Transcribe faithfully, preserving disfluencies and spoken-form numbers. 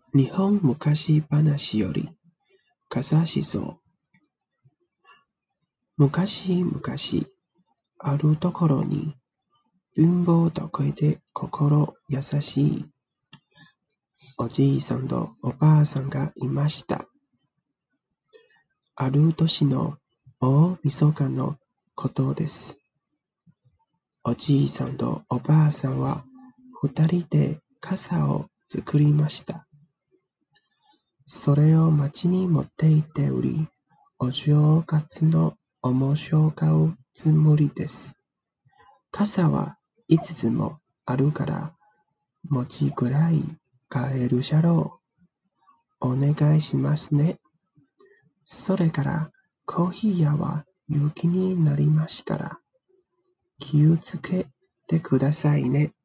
日本昔話より笠思想。昔々あるところに貧乏得意で心優しいおじいさんとおばあさんがいました。ある年の大晦日のことです。おじいさんとおばあさんは二人で傘を作りました。それを町に持って行って売り、お正月のおもしを買うつもりです。傘はいつつもあるから餅ぐらい買えるじゃろう。お願いしますね。それからコーヒー屋は雪になりますから気をつけてくださいね。